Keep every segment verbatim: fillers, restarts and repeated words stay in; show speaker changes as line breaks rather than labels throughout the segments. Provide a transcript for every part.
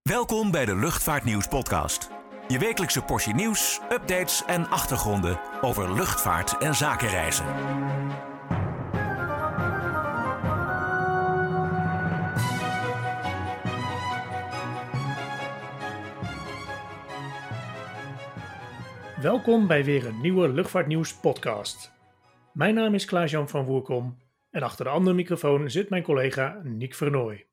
Welkom bij de Luchtvaartnieuws podcast. Je wekelijkse portie nieuws, updates en achtergronden over luchtvaart en zakenreizen.
Welkom bij weer een nieuwe Luchtvaartnieuws podcast. Mijn naam is Klaas-Jan van Woerkom en achter de andere microfoon zit mijn collega Nick Vernooy.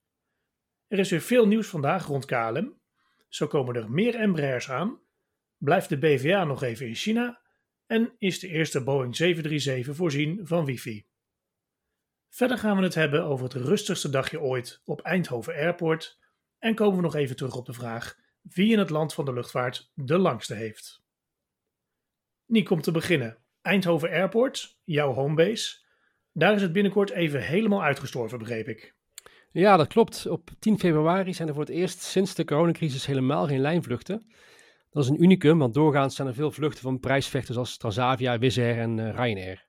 Er is weer veel nieuws vandaag rond K L M. Zo komen er meer Embraers aan, blijft de B V A nog even in China en is de eerste Boeing zeven drie zeven voorzien van wifi. Verder gaan we het hebben over het rustigste dagje ooit op Eindhoven Airport en komen we nog even terug op de vraag wie in het land van de luchtvaart de langste heeft. Nick, om te beginnen. Eindhoven Airport, jouw homebase. Daar is het binnenkort even helemaal uitgestorven, begreep ik.
Ja, dat klopt. Op tien februari zijn er voor het eerst sinds de coronacrisis helemaal geen lijnvluchten. Dat is een unicum, want doorgaans zijn er veel vluchten van prijsvechters als Transavia, Wizz Air en uh, Ryanair.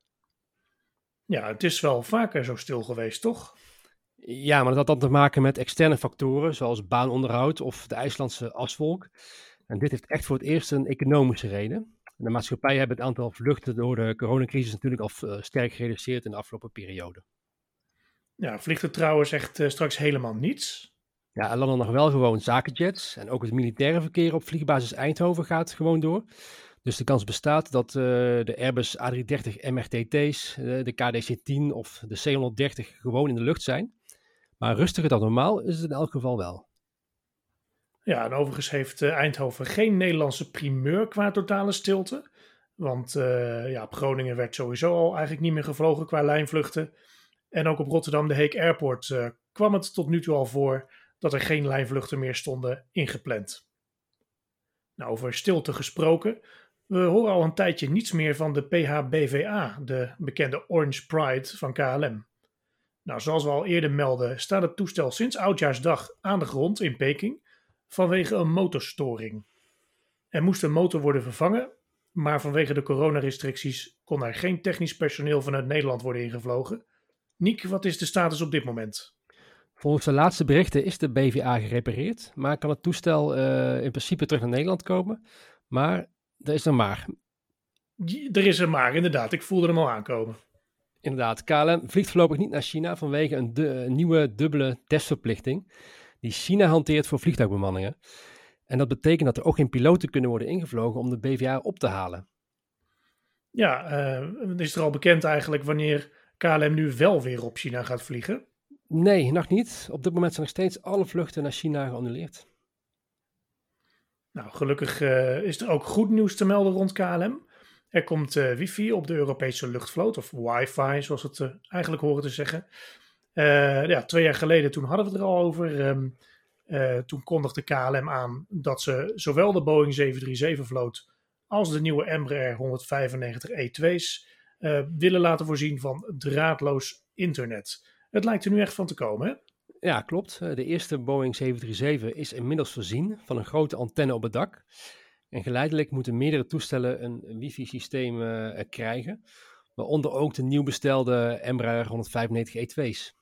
Ja, het is wel vaker zo stil geweest, toch?
Ja, maar dat had dan te maken met externe factoren, zoals baanonderhoud of de IJslandse aswolk. En dit heeft echt voor het eerst een economische reden. De maatschappijen hebben het aantal vluchten door de coronacrisis natuurlijk al uh, sterk gereduceerd in de afgelopen periode.
Ja, vliegt het trouwens echt uh, straks helemaal niets?
Ja, er landen nog wel gewoon zakenjets en ook het militaire verkeer op vliegbasis Eindhoven gaat gewoon door. Dus de kans bestaat dat uh, de Airbus A driehonderddertig M R T T's, uh, de K D C tien of de C honderddertig gewoon in de lucht zijn. Maar rustiger dan normaal is het in elk geval wel.
Ja, en overigens heeft uh, Eindhoven geen Nederlandse primeur qua totale stilte. Want uh, ja, op Groningen werd sowieso al eigenlijk niet meer gevlogen qua lijnvluchten. En ook op Rotterdam de Heek Airport uh, kwam het tot nu toe al voor dat er geen lijnvluchten meer stonden ingepland. Nou, over stilte gesproken. We horen al een tijdje niets meer van de P H B V A, de bekende Orange Pride van K L M. Nou, zoals we al eerder melden, staat het toestel sinds Oudjaarsdag aan de grond in Peking vanwege een motorstoring. Er moest een motor worden vervangen, maar vanwege de coronarestricties kon er geen technisch personeel vanuit Nederland worden ingevlogen. Nick, wat is de status op dit moment?
Volgens de laatste berichten is de B V A gerepareerd, maar kan het toestel uh, in principe terug naar Nederland komen. Maar er is een maar.
Er is een maar, inderdaad. Ik voelde hem al aankomen.
Inderdaad, K L M vliegt voorlopig niet naar China vanwege een, du- een nieuwe dubbele testverplichting die China hanteert voor vliegtuigbemanningen. En dat betekent dat er ook geen piloten kunnen worden ingevlogen om de B V A op te halen.
Ja, uh, is er al bekend eigenlijk wanneer K L M nu wel weer op China gaat vliegen?
Nee, nog niet. Op dit moment zijn nog steeds alle vluchten naar China geannuleerd.
Nou, gelukkig uh, is er ook goed nieuws te melden rond K L M. Er komt uh, wifi op de Europese luchtvloot, of wifi zoals we het uh, eigenlijk horen te zeggen. Uh, ja, twee jaar geleden, toen hadden we het er al over. Um, uh, toen kondigde K L M aan dat ze zowel de Boeing zeven drie zeven vloot als de nieuwe Embraer honderdvijfennegentig E twee's uh, willen laten voorzien van draadloos internet. Het lijkt er nu echt van te komen, hè?
Ja, klopt. De eerste Boeing zeven drie zeven is inmiddels voorzien van een grote antenne op het dak. En geleidelijk moeten meerdere toestellen een wifi-systeem uh, krijgen. Waaronder ook de nieuw bestelde Embraer honderdvijfennegentig E twee's.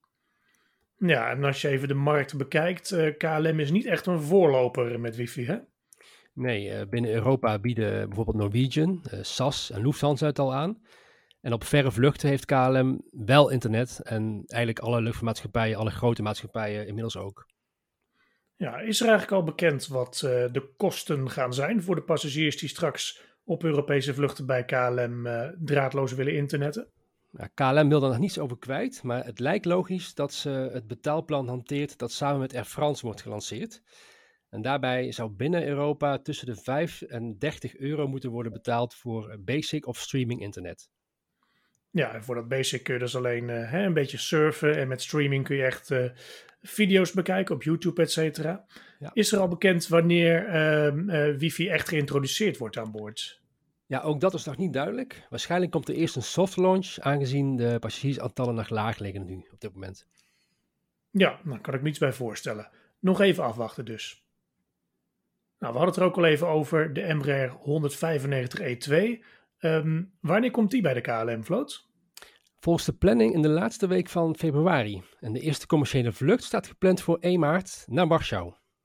Ja, en als je even de markt bekijkt, uh, K L M is niet echt een voorloper met wifi, hè?
Nee, uh, binnen Europa bieden bijvoorbeeld Norwegian, uh, S A S en Lufthansa het al aan. En op verre vluchten heeft K L M wel internet en eigenlijk alle luchtvaartmaatschappijen, alle grote maatschappijen inmiddels ook.
Ja, is er eigenlijk al bekend wat uh, de kosten gaan zijn voor de passagiers die straks op Europese vluchten bij K L M uh, draadloos willen internetten?
Ja, K L M wil daar nog niets over kwijt, maar het lijkt logisch dat ze het betaalplan hanteert dat samen met Air France wordt gelanceerd. En daarbij zou binnen Europa tussen de vijf en dertig euro moeten worden betaald voor basic of streaming internet.
Ja, en voor dat basic kun je dus alleen uh, hè, een beetje surfen en met streaming kun je echt uh, video's bekijken op YouTube, et cetera. Ja. Is er al bekend wanneer uh, uh, wifi echt geïntroduceerd wordt aan boord?
Ja, ook dat is nog niet duidelijk. Waarschijnlijk komt er eerst een soft launch, aangezien de passagiersaantallen nog laag liggen nu op dit moment.
Ja, daar kan ik me iets bij voorstellen. Nog even afwachten dus. Nou, we hadden het er ook al even over de Embraer honderdvijfennegentig E twee. Um, wanneer komt die bij de K L M-vloot?
Volgens de planning in de laatste week van februari. En de eerste commerciële vlucht staat gepland voor één maart naar Warschau.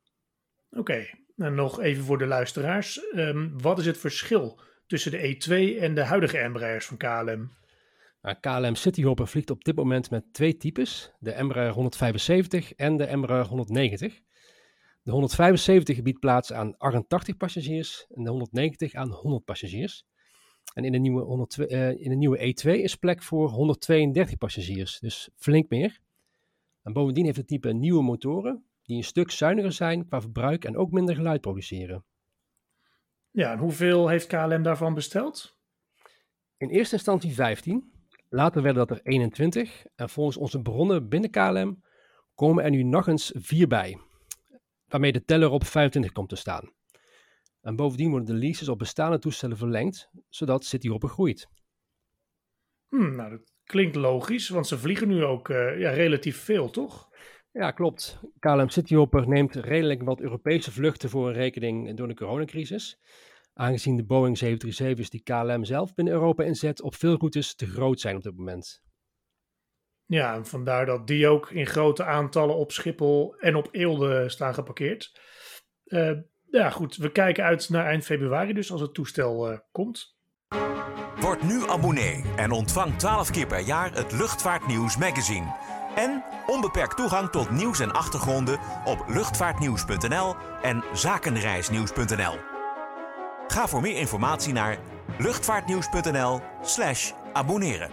Oké, okay. En nog even voor de luisteraars. Um, wat is het verschil tussen de E twee en de huidige Embraers van K L M?
Nou, K L M Cityhopper vliegt op dit moment met twee types, de Embraer honderdvijfenzeventig en de Embraer honderdnegentig. De honderdvijfenzeventig biedt plaats aan achtentachtig passagiers en de honderdnegentig aan honderd passagiers. En in de nieuwe, honderd, uh, in de nieuwe E twee is plek voor honderdtweeëndertig passagiers, dus flink meer. En bovendien heeft het type nieuwe motoren die een stuk zuiniger zijn qua verbruik en ook minder geluid produceren.
Ja, en hoeveel heeft K L M daarvan besteld?
In eerste instantie vijftien, later werden dat er eenentwintig en volgens onze bronnen binnen K L M komen er nu nog eens vier bij, waarmee de teller op vijfentwintig komt te staan. En bovendien worden de leases op bestaande toestellen verlengd, zodat Cityhopper groeit.
Hmm, nou, dat klinkt logisch, want ze vliegen nu ook uh, ja, relatief veel, toch?
Ja, klopt. K L M Cityhopper neemt redelijk wat Europese vluchten voor een rekening door de coronacrisis. Aangezien de Boeing zeven drie zeven's die K L M zelf binnen Europa inzet op veel routes te groot zijn op dit moment.
Ja, en vandaar dat die ook in grote aantallen op Schiphol en op Eelde staan geparkeerd. Uh, ja goed, we kijken uit naar eind februari dus als het toestel uh, komt.
Word nu abonnee en ontvang twaalf keer per jaar het Luchtvaartnieuws magazine. En onbeperkt toegang tot nieuws en achtergronden op luchtvaartnieuws punt n l en zakenreisnieuws punt n l. Ga voor meer informatie naar luchtvaartnieuws punt n l slash abonneren.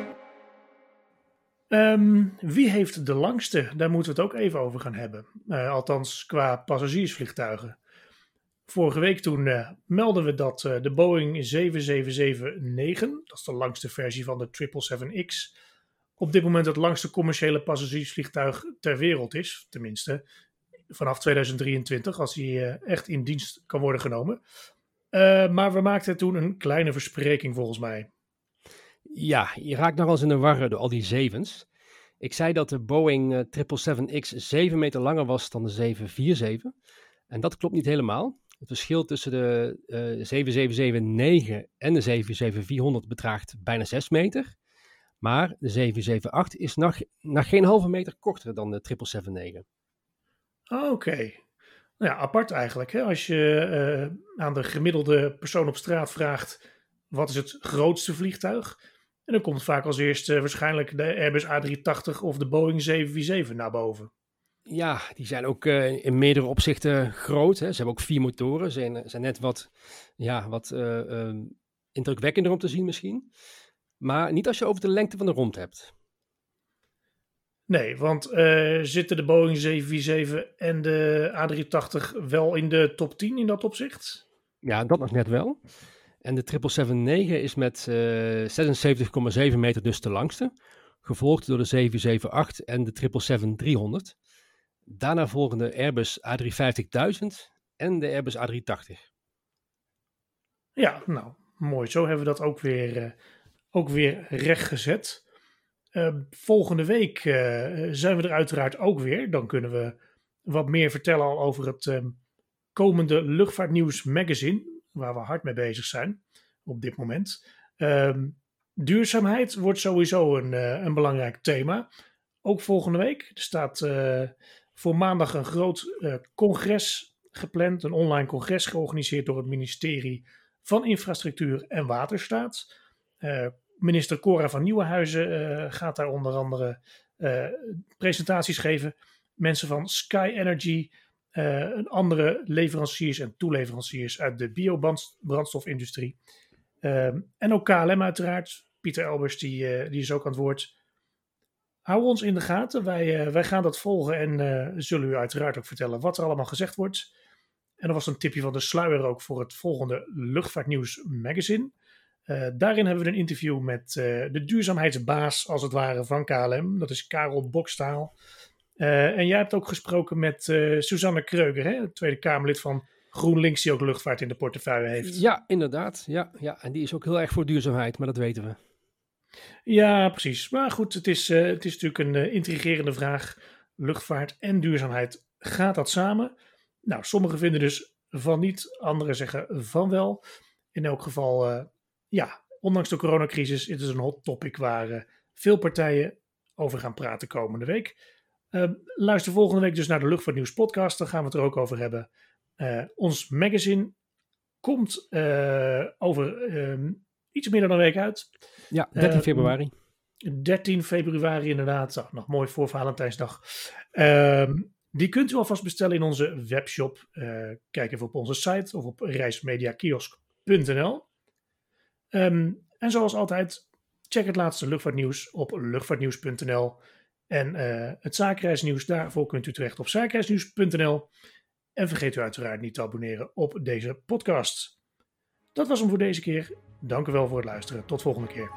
Um, wie heeft de langste? Daar moeten we het ook even over gaan hebben. Uh, althans qua passagiersvliegtuigen. Vorige week toen uh, melden we dat uh, de Boeing zeven zeven zeven negen, dat is de langste versie van de zeven zeven zeven X, op dit moment het langste commerciële passagiersvliegtuig ter wereld is. Tenminste, vanaf tweeduizend drieëntwintig, als hij uh, echt in dienst kan worden genomen. Uh, maar we maakten toen een kleine verspreking volgens mij.
Ja, je raakt nog wel eens in de war door al die zevens. Ik zei dat de Boeing uh, zeven zeven zeven X zeven meter langer was dan de zeven vier zeven. En dat klopt niet helemaal. Het verschil tussen de uh, zeven zeven zeven negen en de zeven zeven vierhonderd bedraagt bijna zes meter. Maar de zeven zeven acht is nog, nog geen halve meter korter dan de zeven zeven zeven negen.
Oké. Okay. Nou ja, apart eigenlijk. Hè? Als je uh, aan de gemiddelde persoon op straat vraagt, wat is het grootste vliegtuig? En dan komt vaak als eerste uh, waarschijnlijk de Airbus A drie tachtig of de Boeing zeven vier zeven naar boven.
Ja, die zijn ook uh, in meerdere opzichten groot. Hè. Ze hebben ook vier motoren. Ze zijn, zijn net wat, ja, wat uh, uh, indrukwekkender om te zien misschien. Maar niet als je over de lengte van de romp hebt.
Nee, want uh, zitten de Boeing zeven vier zeven en de A drie tachtig wel in de top tien in dat opzicht?
Ja, dat nog net wel. En de zeven zeven zeven negen is met uh, zesenzeventig komma zeven meter dus de langste. Gevolgd door de zeven zeven acht en de zeven zeven zeven driehonderd. Daarna volgen de Airbus A drie vijftig duizend en de Airbus A drie tachtig.
Ja, nou, mooi. Zo hebben we dat ook weer, uh, ook weer rechtgezet. Uh, volgende week uh, zijn we er uiteraard ook weer. Dan kunnen we wat meer vertellen al over het uh, komende Luchtvaartnieuws magazine, waar we hard mee bezig zijn op dit moment. Uh, duurzaamheid wordt sowieso een, uh, een belangrijk thema. Ook volgende week. Er staat uh, voor maandag een groot uh, congres gepland, een online congres georganiseerd door het ministerie van Infrastructuur en Waterstaat. Uh, Minister Cora van Nieuwenhuizen uh, gaat daar onder andere uh, presentaties geven. Mensen van Sky Energy, uh, andere leveranciers en toeleveranciers uit de biobrandstofindustrie. Uh, en ook K L M uiteraard. Pieter Elbers, die, uh, die is ook aan het woord. Hou ons in de gaten. Wij, uh, wij gaan dat volgen en uh, zullen u uiteraard ook vertellen wat er allemaal gezegd wordt. En er was een tipje van de sluier ook voor het volgende Luchtvaartnieuws magazine. Uh, daarin hebben we een interview met uh, de duurzaamheidsbaas, als het ware, van K L M. Dat is Karel Bokstaal. Uh, en jij hebt ook gesproken met uh, Suzanne Kreuger, hè? Tweede Kamerlid van GroenLinks, die ook luchtvaart in de portefeuille heeft.
Ja, inderdaad. Ja, ja. En die is ook heel erg voor duurzaamheid, maar dat weten we.
Ja, precies. Maar goed, het is, uh, het is natuurlijk een uh, intrigerende vraag. Luchtvaart en duurzaamheid, gaat dat samen? Nou, sommigen vinden dus van niet, anderen zeggen van wel. In elk geval, uh, ja, ondanks de coronacrisis, het is een hot topic waar uh, veel partijen over gaan praten komende week. Uh, luister volgende week dus naar de Luchtvaartnieuws podcast. Dan gaan we het er ook over hebben. Uh, ons magazine komt uh, over uh, iets meer dan een week uit.
Ja, dertien februari.
dertien februari inderdaad. Oh, nog mooi voor Valentijnsdag. Uh, die kunt u alvast bestellen in onze webshop. Uh, kijk even op onze site of op reismediakiosk punt n l. Um, en zoals altijd, check het laatste luchtvaartnieuws op luchtvaartnieuws punt n l. En uh, het zakenreisnieuws, daarvoor kunt u terecht op zakenreisnieuws punt n l. En vergeet u uiteraard niet te abonneren op deze podcast. Dat was hem voor deze keer. Dank u wel voor het luisteren. Tot volgende keer.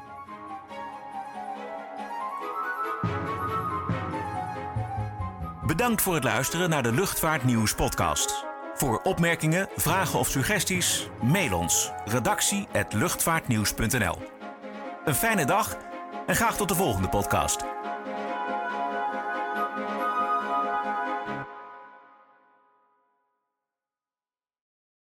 Bedankt voor het luisteren naar de Luchtvaartnieuws podcast. Voor opmerkingen, vragen of suggesties, mail ons redactie apenstaartje luchtvaartnieuws punt n l. Een fijne dag en graag tot de volgende podcast.